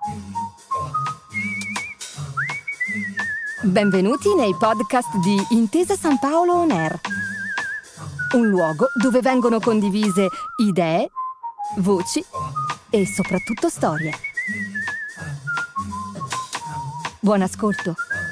Benvenuti nei podcast di Intesa San Paolo On Air, un luogo dove vengono condivise idee, voci e soprattutto storie. Buon ascolto.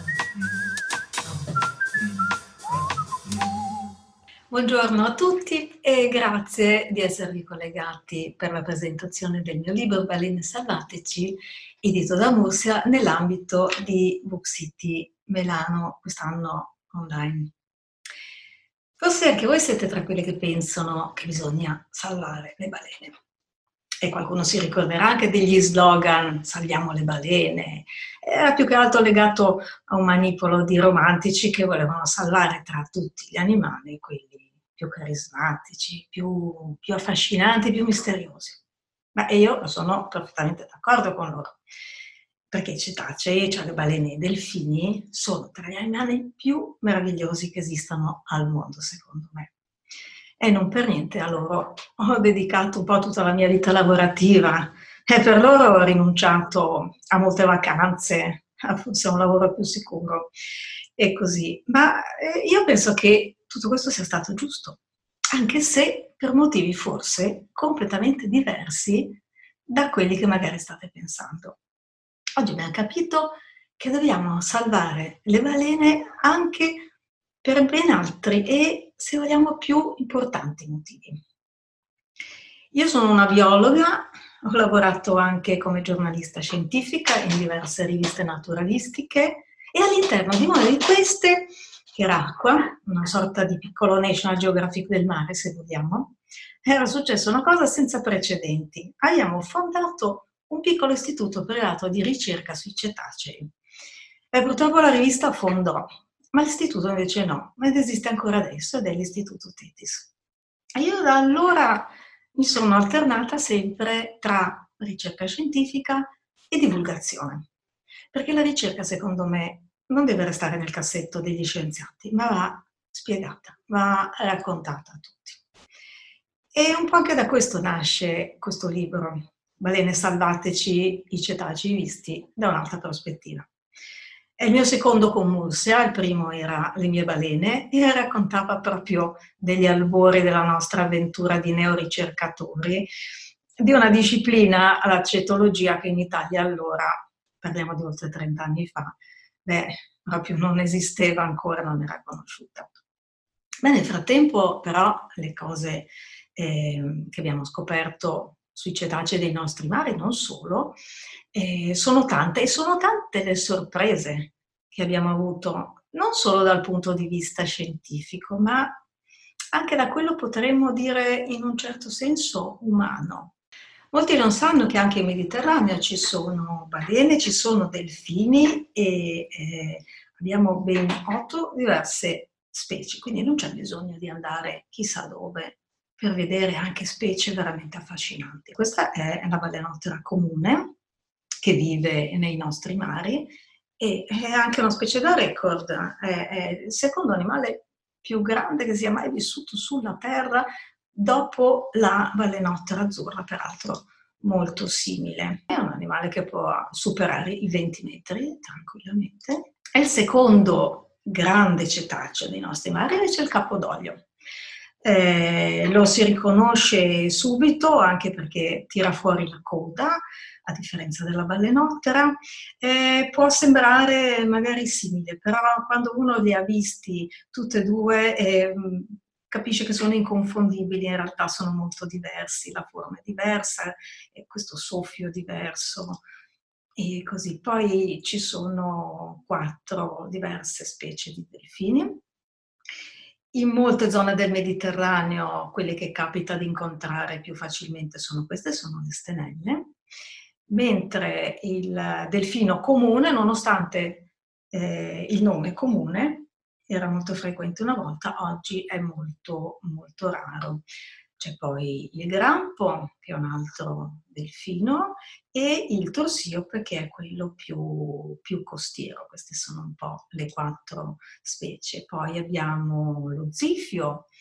Buongiorno a tutti e grazie di esservi collegati per la presentazione del mio libro Balene salvatici, edito da Mursia nell'ambito di Book City Milano, quest'anno online. Forse anche voi siete tra quelli che pensano che bisogna salvare le balene. E qualcuno si ricorderà anche degli slogan "salviamo le balene". Era più che altro legato a un manipolo di romantici che volevano salvare tra tutti gli animali quelli più carismatici, più affascinanti, più misteriosi. Ma io sono perfettamente d'accordo con loro, perché i cetacei, cioè le balene e i delfini, sono tra gli animali più meravigliosi che esistano al mondo, secondo me. E non per niente a loro ho dedicato un po' tutta la mia vita lavorativa e per loro ho rinunciato a molte vacanze, a forse un lavoro più sicuro e così. Ma io penso che tutto questo sia stato giusto, anche se per motivi forse completamente diversi da quelli che magari state pensando. Oggi abbiamo capito che dobbiamo salvare le balene anche per ben altri e, se vogliamo, più importanti motivi. Io sono una biologa, ho lavorato anche come giornalista scientifica in diverse riviste naturalistiche e all'interno di una di queste, che era Acqua, una sorta di piccolo National Geographic del mare, se vogliamo, era successa una cosa senza precedenti. Abbiamo fondato un piccolo istituto privato di ricerca sui cetacei. E purtroppo la rivista affondò, ma l'istituto invece no, ed esiste ancora adesso ed è l'Istituto Tethys. E io da allora mi sono alternata sempre tra ricerca scientifica e divulgazione, perché la ricerca, secondo me, non deve restare nel cassetto degli scienziati, ma va spiegata, va raccontata a tutti. E un po' anche da questo nasce questo libro, Balene salvatici, i cetacei visti da un'altra prospettiva. È il mio secondo con Mursia, il primo era Le mie balene e raccontava proprio degli albori della nostra avventura di neoricercatori, di una disciplina, la cetologia, che in Italia allora, parliamo di oltre 30 anni fa, proprio non esisteva ancora, non era conosciuta. Nel frattempo però le cose che abbiamo scoperto sui cetacei dei nostri mari, non solo, sono tante e sono tante le sorprese che abbiamo avuto, non solo dal punto di vista scientifico, ma anche da quello, potremmo dire, in un certo senso umano. Molti non sanno che anche in Mediterraneo ci sono balene, ci sono delfini e abbiamo ben 8 diverse specie, quindi non c'è bisogno di andare chissà dove per vedere anche specie veramente affascinanti. Questa è la balenottera comune che vive nei nostri mari e è anche una specie da record, è il secondo animale più grande che sia mai vissuto sulla Terra dopo la balenottera azzurra, peraltro molto simile. È un animale che può superare i 20 metri tranquillamente. È il secondo grande cetaceo dei nostri mari, invece il capodoglio. Lo si riconosce subito anche perché tira fuori la coda, a differenza della balenottera. Può sembrare magari simile, però quando uno li ha visti tutti e due capisce che sono inconfondibili, in realtà sono molto diversi, la forma è diversa, e questo soffio diverso e così. Poi ci sono 4 diverse specie di delfini. In molte zone del Mediterraneo quelle che capita di incontrare più facilmente sono queste, sono le stenelle, mentre il delfino comune, nonostante il nome comune, era molto frequente una volta, oggi è molto, molto raro. C'è poi il grampo, che è un altro delfino, e il torsiope, che è quello più costiero. Queste sono un po' le 4 specie. Poi abbiamo lo zifio,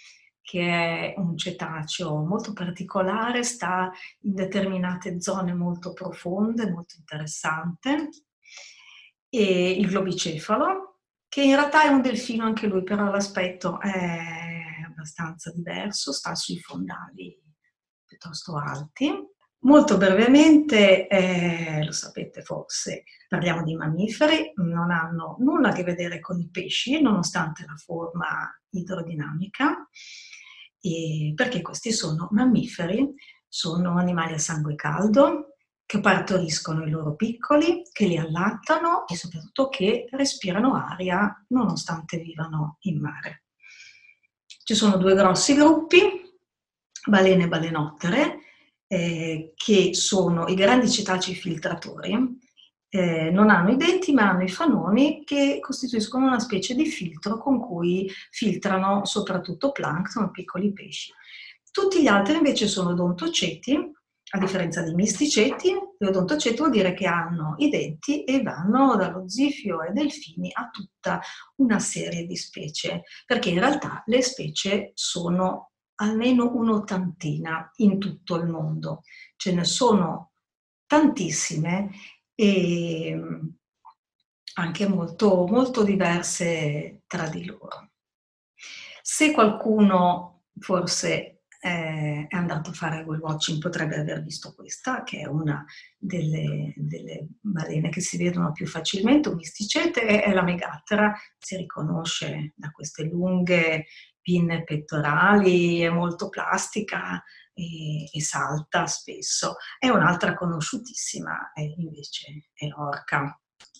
che è un cetaceo molto particolare, sta in determinate zone molto profonde, molto interessante, e il globicefalo, che in realtà è un delfino anche lui, però l'aspetto è abbastanza diverso, sta sui fondali piuttosto alti. Molto brevemente, lo sapete forse, parliamo di mammiferi, non hanno nulla a che vedere con i pesci, nonostante la forma idrodinamica, perché questi sono mammiferi, sono animali a sangue caldo, che partoriscono i loro piccoli, che li allattano e soprattutto che respirano aria nonostante vivano in mare. Ci sono due grossi gruppi, balene e balenottere, che sono i grandi cetacei filtratori. Non hanno i denti ma hanno i fanoni che costituiscono una specie di filtro con cui filtrano soprattutto plancton, piccoli pesci. Tutti gli altri invece sono odontoceti, a differenza dei misticeti. Gli odontoceti vuol dire che hanno i denti e vanno dallo zifio ai delfini a tutta una serie di specie, perché in realtà le specie sono almeno un'ottantina in tutto il mondo. Ce ne sono tantissime e anche molto, molto diverse tra di loro. Se qualcuno forse è andato a fare whale watching potrebbe aver visto questa, che è una delle balene che si vedono più facilmente, un misticete, è la megattera, si riconosce da queste lunghe pinne pettorali, è molto plastica e salta spesso. È un'altra conosciutissima, invece è l'orca.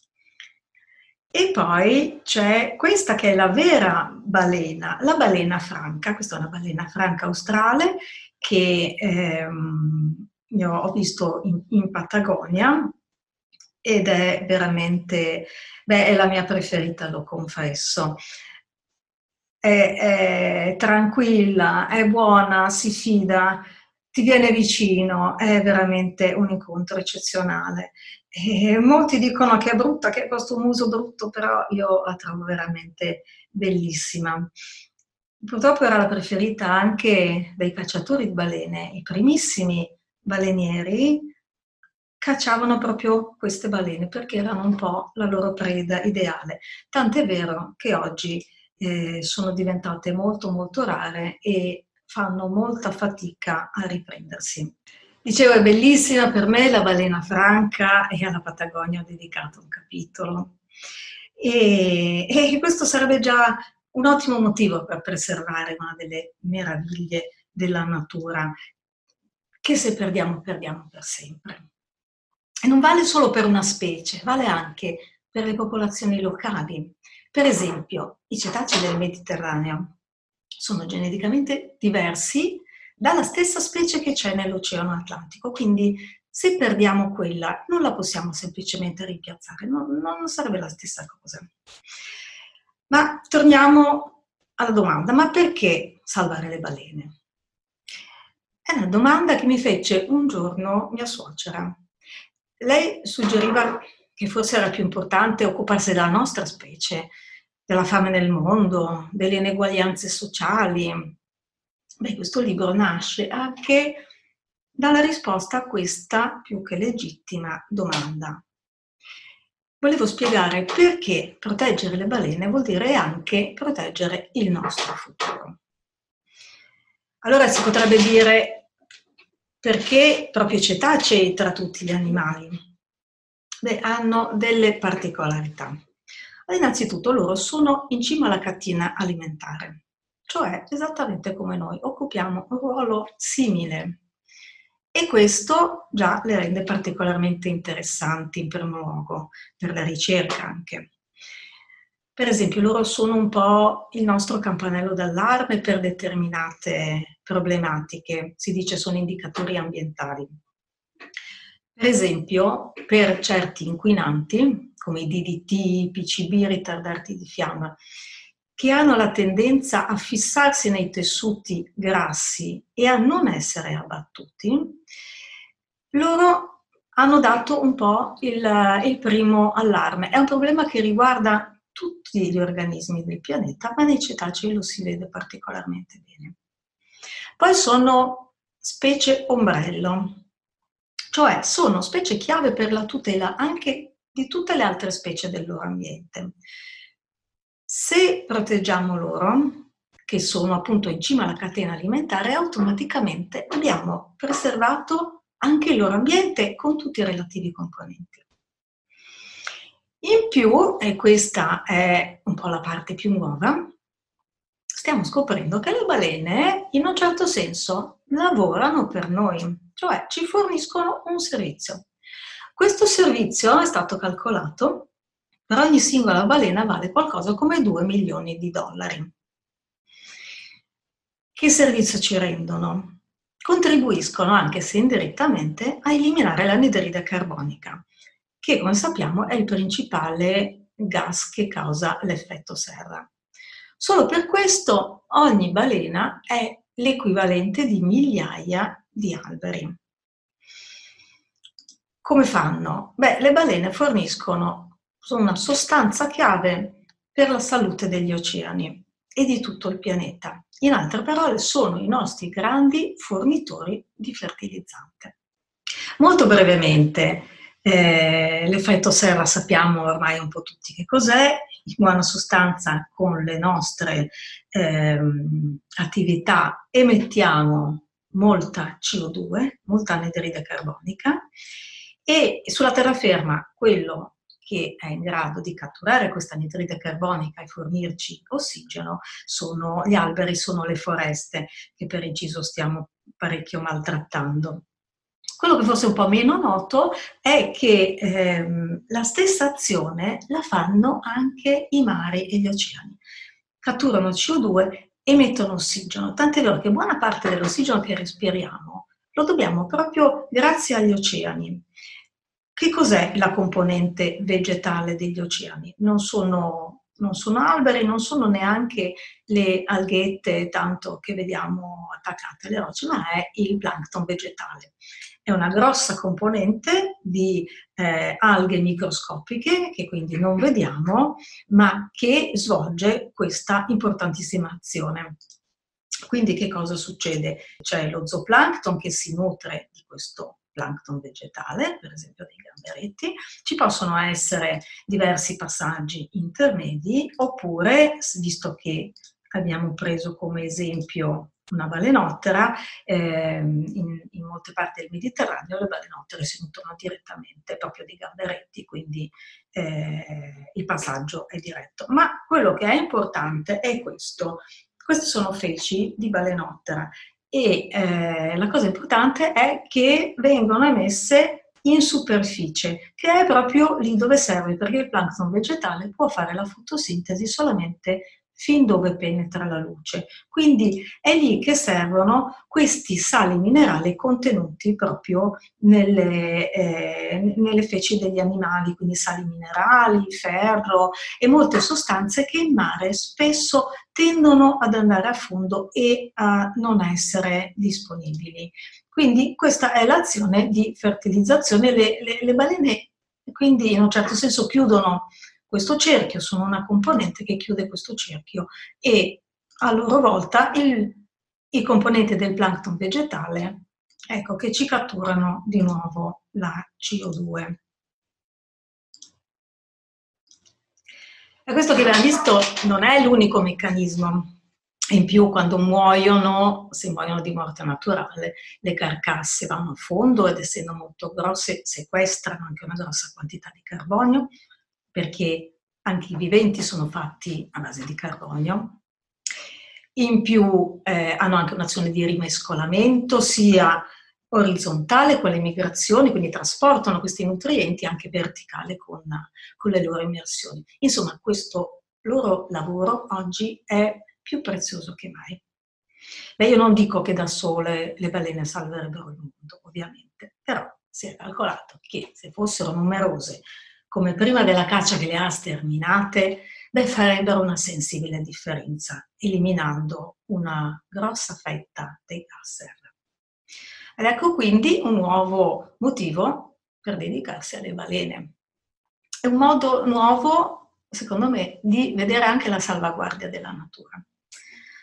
E poi c'è questa che è la vera balena, la balena franca. Questa è una balena franca australe che io ho visto in Patagonia ed è veramente, è la mia preferita, lo confesso. È tranquilla, è buona, si fida, ti viene vicino, è veramente un incontro eccezionale. E molti dicono che è brutta, che ha questo muso brutto, però io la trovo veramente bellissima. Purtroppo era la preferita anche dai cacciatori di balene. I primissimi balenieri cacciavano proprio queste balene perché erano un po' la loro preda ideale. Tant'è vero che oggi sono diventate molto molto rare e fanno molta fatica a riprendersi. Dicevo, è bellissima per me la balena franca e alla Patagonia ho dedicato un capitolo. E questo sarebbe già un ottimo motivo per preservare una delle meraviglie della natura, che se perdiamo, perdiamo per sempre. E non vale solo per una specie, vale anche per le popolazioni locali. Per esempio, i cetacei del Mediterraneo sono geneticamente diversi dalla stessa specie che c'è nell'Oceano Atlantico, quindi se perdiamo quella non la possiamo semplicemente rimpiazzare, non sarebbe la stessa cosa. Ma torniamo alla domanda, ma perché salvare le balene? È una domanda che mi fece un giorno mia suocera. Lei suggeriva che forse era più importante occuparsi della nostra specie, della fame nel mondo, delle ineguaglianze sociali. Questo libro nasce anche dalla risposta a questa più che legittima domanda. Volevo spiegare perché proteggere le balene vuol dire anche proteggere il nostro futuro. Allora si potrebbe dire perché proprio i cetacei tra tutti gli animali? Hanno delle particolarità. Innanzitutto loro sono in cima alla catena alimentare, cioè esattamente come noi, occupiamo un ruolo simile. E questo già le rende particolarmente interessanti in primo luogo, per la ricerca anche. Per esempio, loro sono un po' il nostro campanello d'allarme per determinate problematiche, si dice sono indicatori ambientali. Per esempio, per certi inquinanti, come i DDT, i PCB, ritardanti di fiamma, che hanno la tendenza a fissarsi nei tessuti grassi e a non essere abbattuti, loro hanno dato un po' il primo allarme. È un problema che riguarda tutti gli organismi del pianeta, ma nei cetacei lo si vede particolarmente bene. Poi sono specie ombrello, cioè sono specie chiave per la tutela anche di tutte le altre specie del loro ambiente. Se proteggiamo loro, che sono appunto in cima alla catena alimentare, automaticamente abbiamo preservato anche il loro ambiente con tutti i relativi componenti. In più, e questa è un po' la parte più nuova, stiamo scoprendo che le balene in un certo senso lavorano per noi, cioè ci forniscono un servizio. Questo servizio è stato calcolato, per ogni singola balena vale qualcosa come 2 milioni di dollari. Che servizio ci rendono? Contribuiscono, anche se indirettamente, a eliminare l'anidride carbonica, che come sappiamo è il principale gas che causa l'effetto serra. Solo per questo ogni balena è l'equivalente di migliaia di alberi. Come fanno? Beh, le balene forniscono una sostanza chiave per la salute degli oceani e di tutto il pianeta. In altre parole, sono i nostri grandi fornitori di fertilizzante. Molto brevemente, l'effetto serra sappiamo ormai un po' tutti che cos'è. In buona sostanza, con le nostre attività emettiamo molta CO2, molta anidride carbonica, e sulla terraferma quello che è in grado di catturare questa anidride carbonica e fornirci ossigeno sono gli alberi, sono le foreste, che per inciso stiamo parecchio maltrattando. Quello che forse è un po' meno noto è che la stessa azione la fanno anche i mari e gli oceani. Catturano CO2, emettono ossigeno, tant'è vero che buona parte dell'ossigeno che respiriamo lo dobbiamo proprio grazie agli oceani. Che cos'è la componente vegetale degli oceani? Non sono alberi, non sono neanche le alghette tanto che vediamo attaccate alle rocce, ma è il plancton vegetale. È una grossa componente di alghe microscopiche che quindi non vediamo, ma che svolge questa importantissima azione. Quindi che cosa succede? C'è lo zooplancton che si nutre di questo plancton vegetale, per esempio dei gamberetti, ci possono essere diversi passaggi intermedi, oppure, visto che abbiamo preso come esempio una balenottera, in molte parti del Mediterraneo le balenottere si nutrono direttamente proprio di gamberetti, quindi il passaggio è diretto. Ma quello che è importante è questo. Queste sono feci di balenottera e la cosa importante è che vengono emesse in superficie, che è proprio lì dove serve, perché il plancton vegetale può fare la fotosintesi solamente fin dove penetra la luce. Quindi è lì che servono questi sali minerali contenuti proprio nelle feci degli animali, quindi sali minerali, ferro e molte sostanze che in mare spesso tendono ad andare a fondo e a non essere disponibili. Quindi questa è l'azione di fertilizzazione. Le balene quindi in un certo senso chiudono questo cerchio, sono una componente che chiude questo cerchio e a loro volta i componenti del plancton vegetale, ecco, che ci catturano di nuovo la CO2. E questo che abbiamo visto non è l'unico meccanismo. In più, quando muoiono, se muoiono di morte naturale, le carcasse vanno a fondo ed essendo molto grosse sequestrano anche una grossa quantità di carbonio, perché anche i viventi sono fatti a base di carbonio. In più hanno anche un'azione di rimescolamento, sia orizzontale con le migrazioni, quindi trasportano questi nutrienti, anche verticale con le loro immersioni. Insomma, questo loro lavoro oggi è più prezioso che mai. Beh, io non dico che da sole le balene salverebbero il mondo, ovviamente, però si è calcolato che se fossero numerose come prima della caccia che le ha sterminate, beh, farebbero una sensibile differenza, eliminando una grossa fetta dei gas serra. Ed ecco quindi un nuovo motivo per dedicarsi alle balene. È un modo nuovo, secondo me, di vedere anche la salvaguardia della natura.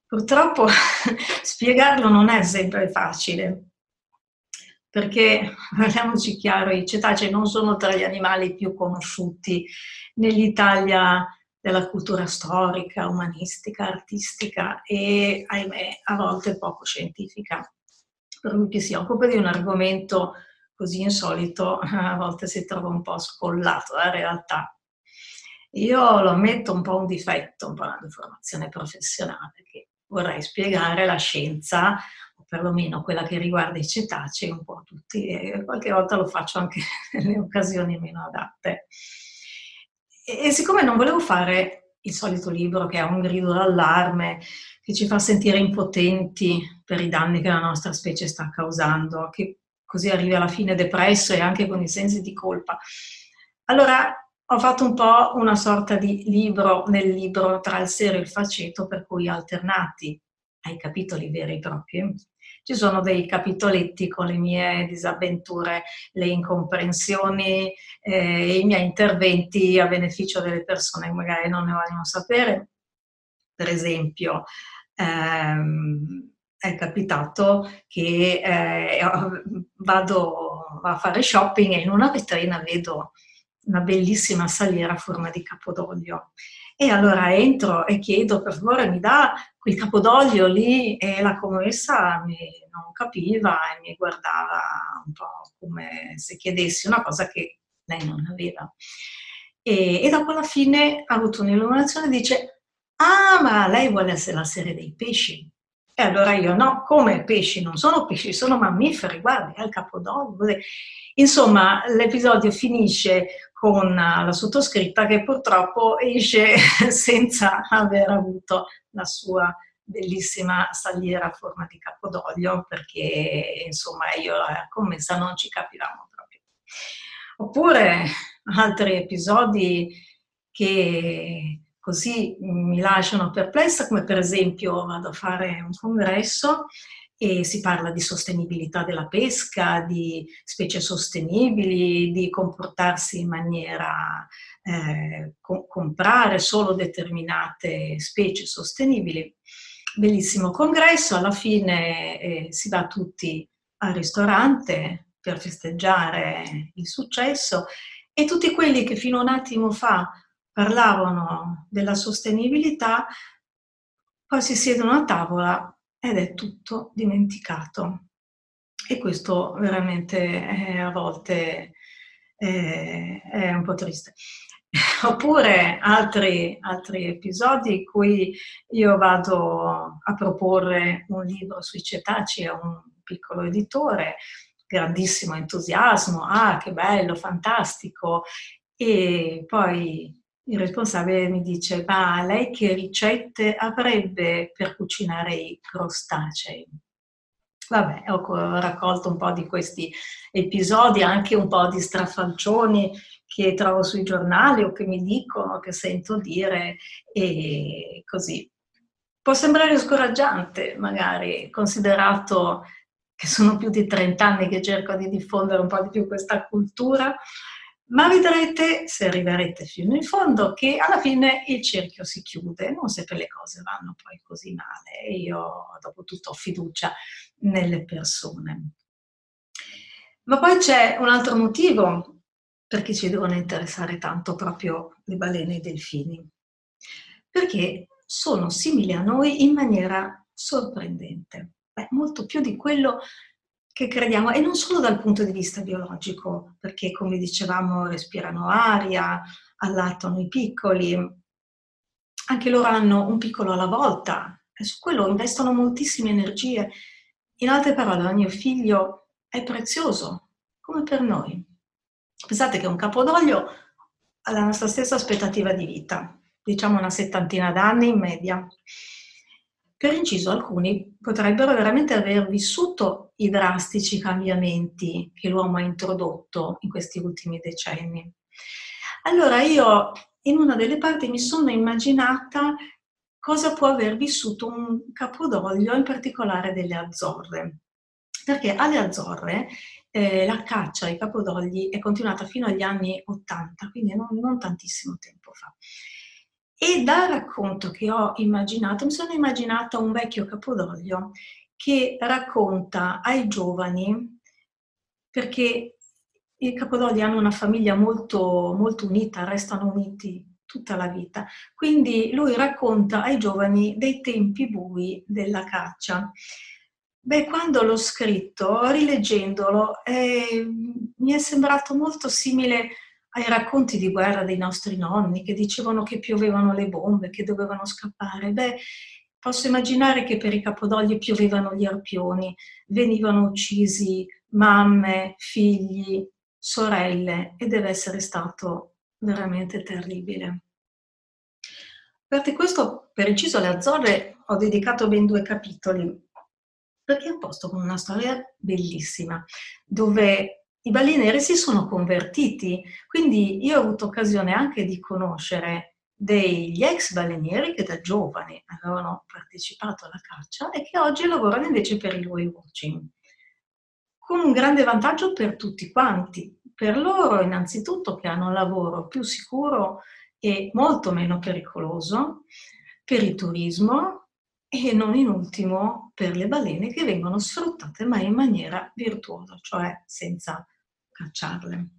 Purtroppo spiegarlo non è sempre facile, perché, parliamoci chiaro, i cetacei non sono tra gli animali più conosciuti nell'Italia della cultura storica, umanistica, artistica e, ahimè, a volte poco scientifica. Per cui chi si occupa di un argomento così insolito a volte si trova un po' scollato dalla realtà. Io lo ammetto un po' un difetto, un po' una deformazione professionale, che vorrei spiegare la scienza, o perlomeno quella che riguarda i cetacei, un po' a tutti, e qualche volta lo faccio anche nelle occasioni meno adatte. E siccome non volevo fare il solito libro che è un grido d'allarme, che ci fa sentire impotenti per i danni che la nostra specie sta causando, che così arrivi alla fine depresso e anche con i sensi di colpa. Allora ho fatto un po' una sorta di libro nel libro tra il sero e il faceto, per cui alternati ai capitoli veri e propri ci sono dei capitoletti con le mie disavventure, le incomprensioni, i miei interventi a beneficio delle persone che magari non ne vogliono sapere. Per esempio, è capitato che vado a fare shopping e in una vetrina vedo una bellissima saliera a forma di capodoglio. E allora entro e chiedo, per favore, mi dà quel capodoglio lì? E la commessa non capiva e mi guardava un po' come se chiedessi una cosa che lei non aveva. E dopo alla fine ha avuto un'illuminazione e dice: ah, ma lei vuole essere la serie dei pesci? E allora io, no, come pesci? Non sono pesci, sono mammiferi, guardi, è il capodoglio. Insomma, l'episodio finisce con la sottoscritta che purtroppo esce senza aver avuto la sua bellissima saliera a forma di capodoglio, perché insomma io e la commessa non ci capivamo proprio. Oppure altri episodi che così mi lasciano perplessa, come per esempio vado a fare un congresso e si parla di sostenibilità della pesca, di specie sostenibili, di comportarsi in maniera comprare solo determinate specie sostenibili. Bellissimo congresso, alla fine si va tutti al ristorante per festeggiare il successo e tutti quelli che fino a un attimo fa parlavano della sostenibilità, poi si siedono a tavola ed è tutto dimenticato. E questo veramente a volte è un po' triste. Oppure altri episodi in cui io vado a proporre un libro sui cetacei a un piccolo editore, grandissimo entusiasmo, ah che bello, fantastico, e poi il responsabile mi dice: ma lei che ricette avrebbe per cucinare i crostacei? Vabbè, ho raccolto un po' di questi episodi, anche un po' di strafalcioni che trovo sui giornali o che mi dicono, che sento dire, e così. Può sembrare scoraggiante, magari, considerato che sono più di 30 anni che cerco di diffondere un po' di più questa cultura, ma vedrete, se arriverete fino in fondo, che alla fine il cerchio si chiude, non sempre le cose vanno poi così male. Io, dopo tutto, ho fiducia nelle persone. Ma poi c'è un altro motivo perché ci devono interessare tanto proprio le balene e i delfini, perché sono simili a noi in maniera sorprendente, molto più di quello che crediamo, e non solo dal punto di vista biologico, perché come dicevamo respirano aria, allattano i piccoli, anche loro hanno un piccolo alla volta e su quello investono moltissime energie. In altre parole, ogni figlio è prezioso, come per noi. Pensate che un capodoglio ha la nostra stessa aspettativa di vita, diciamo una settantina d'anni in media. Per inciso, alcuni potrebbero veramente aver vissuto i drastici cambiamenti che l'uomo ha introdotto in questi ultimi decenni. Allora io in una delle parti mi sono immaginata cosa può aver vissuto un capodoglio, in particolare delle Azzorre. Perché alle Azzorre la caccia ai capodogli è continuata fino agli anni '80, quindi non tantissimo tempo fa. E dal racconto che ho immaginato, mi sono immaginata un vecchio capodoglio che racconta ai giovani, perché i capodogli hanno una famiglia molto, molto unita, restano uniti tutta la vita. Quindi lui racconta ai giovani dei tempi bui della caccia. Beh, quando l'ho scritto, rileggendolo, mi è sembrato molto simile ai racconti di guerra dei nostri nonni, che dicevano che piovevano le bombe, che dovevano scappare. Beh, posso immaginare che per i capodogli piovevano gli arpioni, venivano uccisi mamme, figli, sorelle, e deve essere stato veramente terribile. Per questo, per inciso alle Azzorre, ho dedicato ben 2 capitoli, perché è un posto con una storia bellissima, dove i balinesi si sono convertiti. Quindi io ho avuto occasione anche di conoscere degli ex balenieri che da giovani avevano partecipato alla caccia e che oggi lavorano invece per il whale watching, con un grande vantaggio per tutti quanti. Per loro innanzitutto che hanno un lavoro più sicuro e molto meno pericoloso, per il turismo e non in ultimo per le balene che vengono sfruttate ma in maniera virtuosa, cioè senza cacciarle.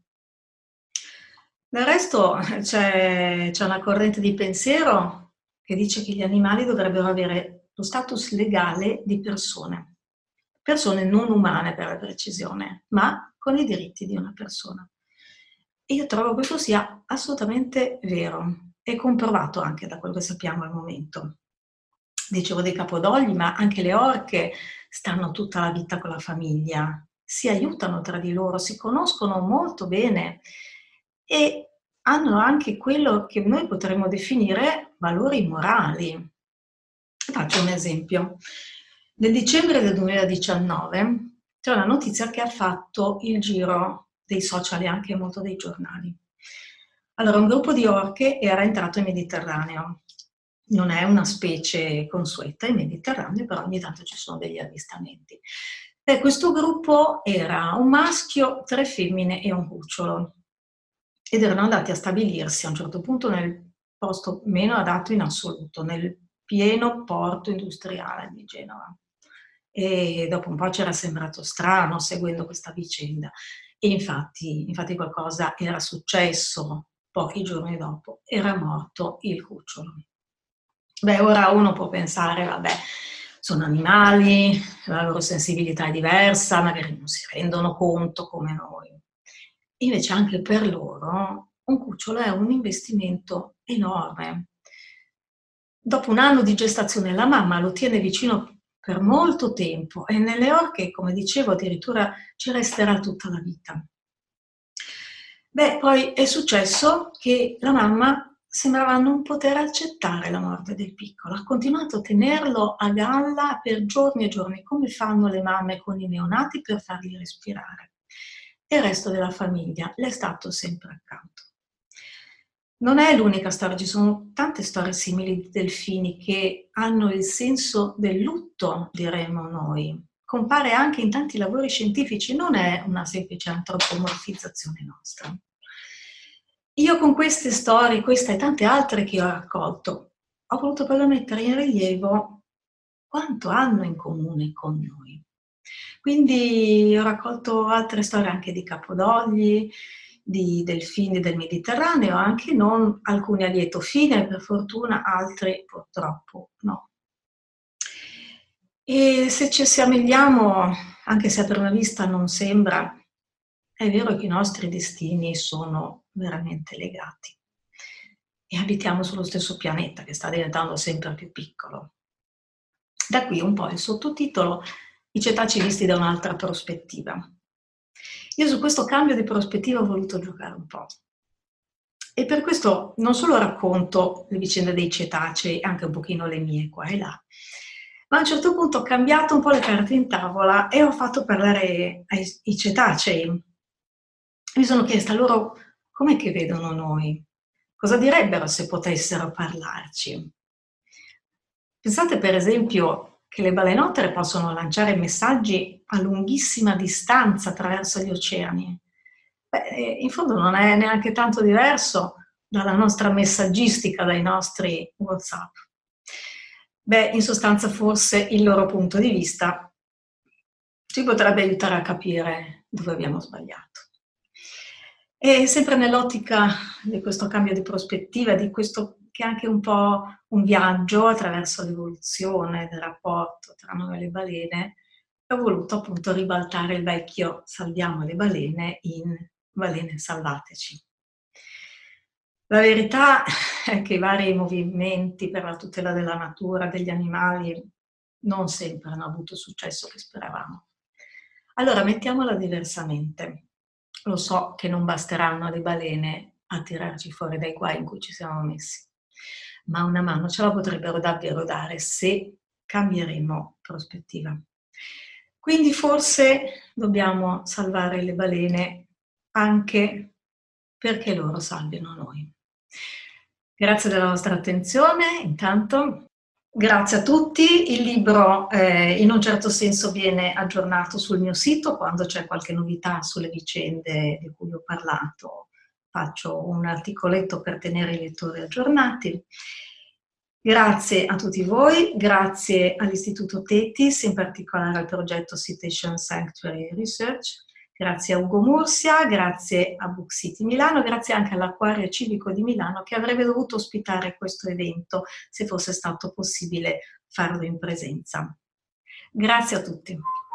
Del resto c'è una corrente di pensiero che dice che gli animali dovrebbero avere lo status legale di persone non umane per la precisione, ma con i diritti di una persona. E io trovo questo sia assolutamente vero e comprovato anche da quello che sappiamo al momento. Dicevo dei capodogli, ma anche le orche stanno tutta la vita con la famiglia, si aiutano tra di loro, si conoscono molto bene e hanno anche quello che noi potremmo definire valori morali. Faccio un esempio. Nel dicembre del 2019 c'è una notizia che ha fatto il giro dei social e anche molto dei giornali. Allora, un gruppo di orche era entrato in Mediterraneo. Non è una specie consueta in Mediterraneo, però ogni tanto ci sono degli avvistamenti. E questo gruppo era un maschio, 3 femmine e un cucciolo. Ed erano andati a stabilirsi a un certo punto nel posto meno adatto in assoluto, nel pieno porto industriale di Genova. E dopo un po' c'era sembrato strano seguendo questa vicenda. E infatti qualcosa era successo pochi giorni dopo, era morto il cucciolo. Beh, ora uno può pensare, vabbè, sono animali, la loro sensibilità è diversa, magari non si rendono conto come noi. Invece anche per loro un cucciolo è un investimento enorme. Dopo 1 anno di gestazione la mamma lo tiene vicino per molto tempo e nelle orche, come dicevo, addirittura ci resterà tutta la vita. Beh, poi è successo che la mamma sembrava non poter accettare la morte del piccolo, ha continuato a tenerlo a galla per giorni e giorni, come fanno le mamme con i neonati per farli respirare. E il resto della famiglia le è stato sempre accanto. Non è l'unica storia, ci sono tante storie simili di delfini che hanno il senso del lutto, diremmo noi. Compare anche in tanti lavori scientifici, non è una semplice antropomorfizzazione nostra. Io con queste storie, questa e tante altre che ho raccolto, ho voluto proprio mettere in rilievo quanto hanno in comune con noi. Quindi ho raccolto altre storie anche di capodogli, di delfini del Mediterraneo, anche non, alcuni a lieto fine per fortuna, altri purtroppo no. E se ci assomigliamo, anche se a prima vista non sembra, è vero che i nostri destini sono veramente legati e abitiamo sullo stesso pianeta che sta diventando sempre più piccolo. Da qui un po' il sottotitolo I cetacei visti da un'altra prospettiva. Io su questo cambio di prospettiva ho voluto giocare un po'. E per questo non solo racconto le vicende dei cetacei, anche un pochino le mie qua e là, ma a un certo punto ho cambiato un po' le carte in tavola e ho fatto parlare ai cetacei. Mi sono chiesta loro com'è che vedono noi, cosa direbbero se potessero parlarci. Pensate per esempio che le balenottere possono lanciare messaggi a lunghissima distanza attraverso gli oceani. Beh, in fondo non è neanche tanto diverso dalla nostra messaggistica, dai nostri WhatsApp. In sostanza forse il loro punto di vista ci potrebbe aiutare a capire dove abbiamo sbagliato. E sempre nell'ottica di questo cambio di prospettiva, di questo che è anche un po' un viaggio attraverso l'evoluzione del rapporto tra noi e le balene, ho voluto appunto ribaltare il vecchio salviamo le balene in balene salvateci. La verità è che i vari movimenti per la tutela della natura, degli animali, non sempre hanno avuto il successo che speravamo. Allora, mettiamola diversamente. Lo so che non basteranno le balene a tirarci fuori dai guai in cui ci siamo messi, ma una mano ce la potrebbero davvero dare se cambieremo prospettiva. Quindi forse dobbiamo salvare le balene anche perché loro salvino noi. Grazie della vostra attenzione, intanto. Grazie a tutti. Il libro in un certo senso viene aggiornato sul mio sito quando c'è qualche novità sulle vicende di cui ho parlato. Faccio un articoletto per tenere i lettori aggiornati. Grazie a tutti voi, grazie all'Istituto Tetis, in particolare al progetto Citation Sanctuary Research. Grazie a Ugo Mursia, grazie a Book City Milano, grazie anche all'Acquario Civico di Milano che avrebbe dovuto ospitare questo evento se fosse stato possibile farlo in presenza. Grazie a tutti.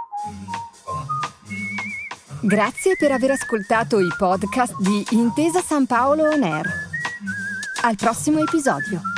Grazie per aver ascoltato i podcast di Intesa San Paolo On Air. Al prossimo episodio.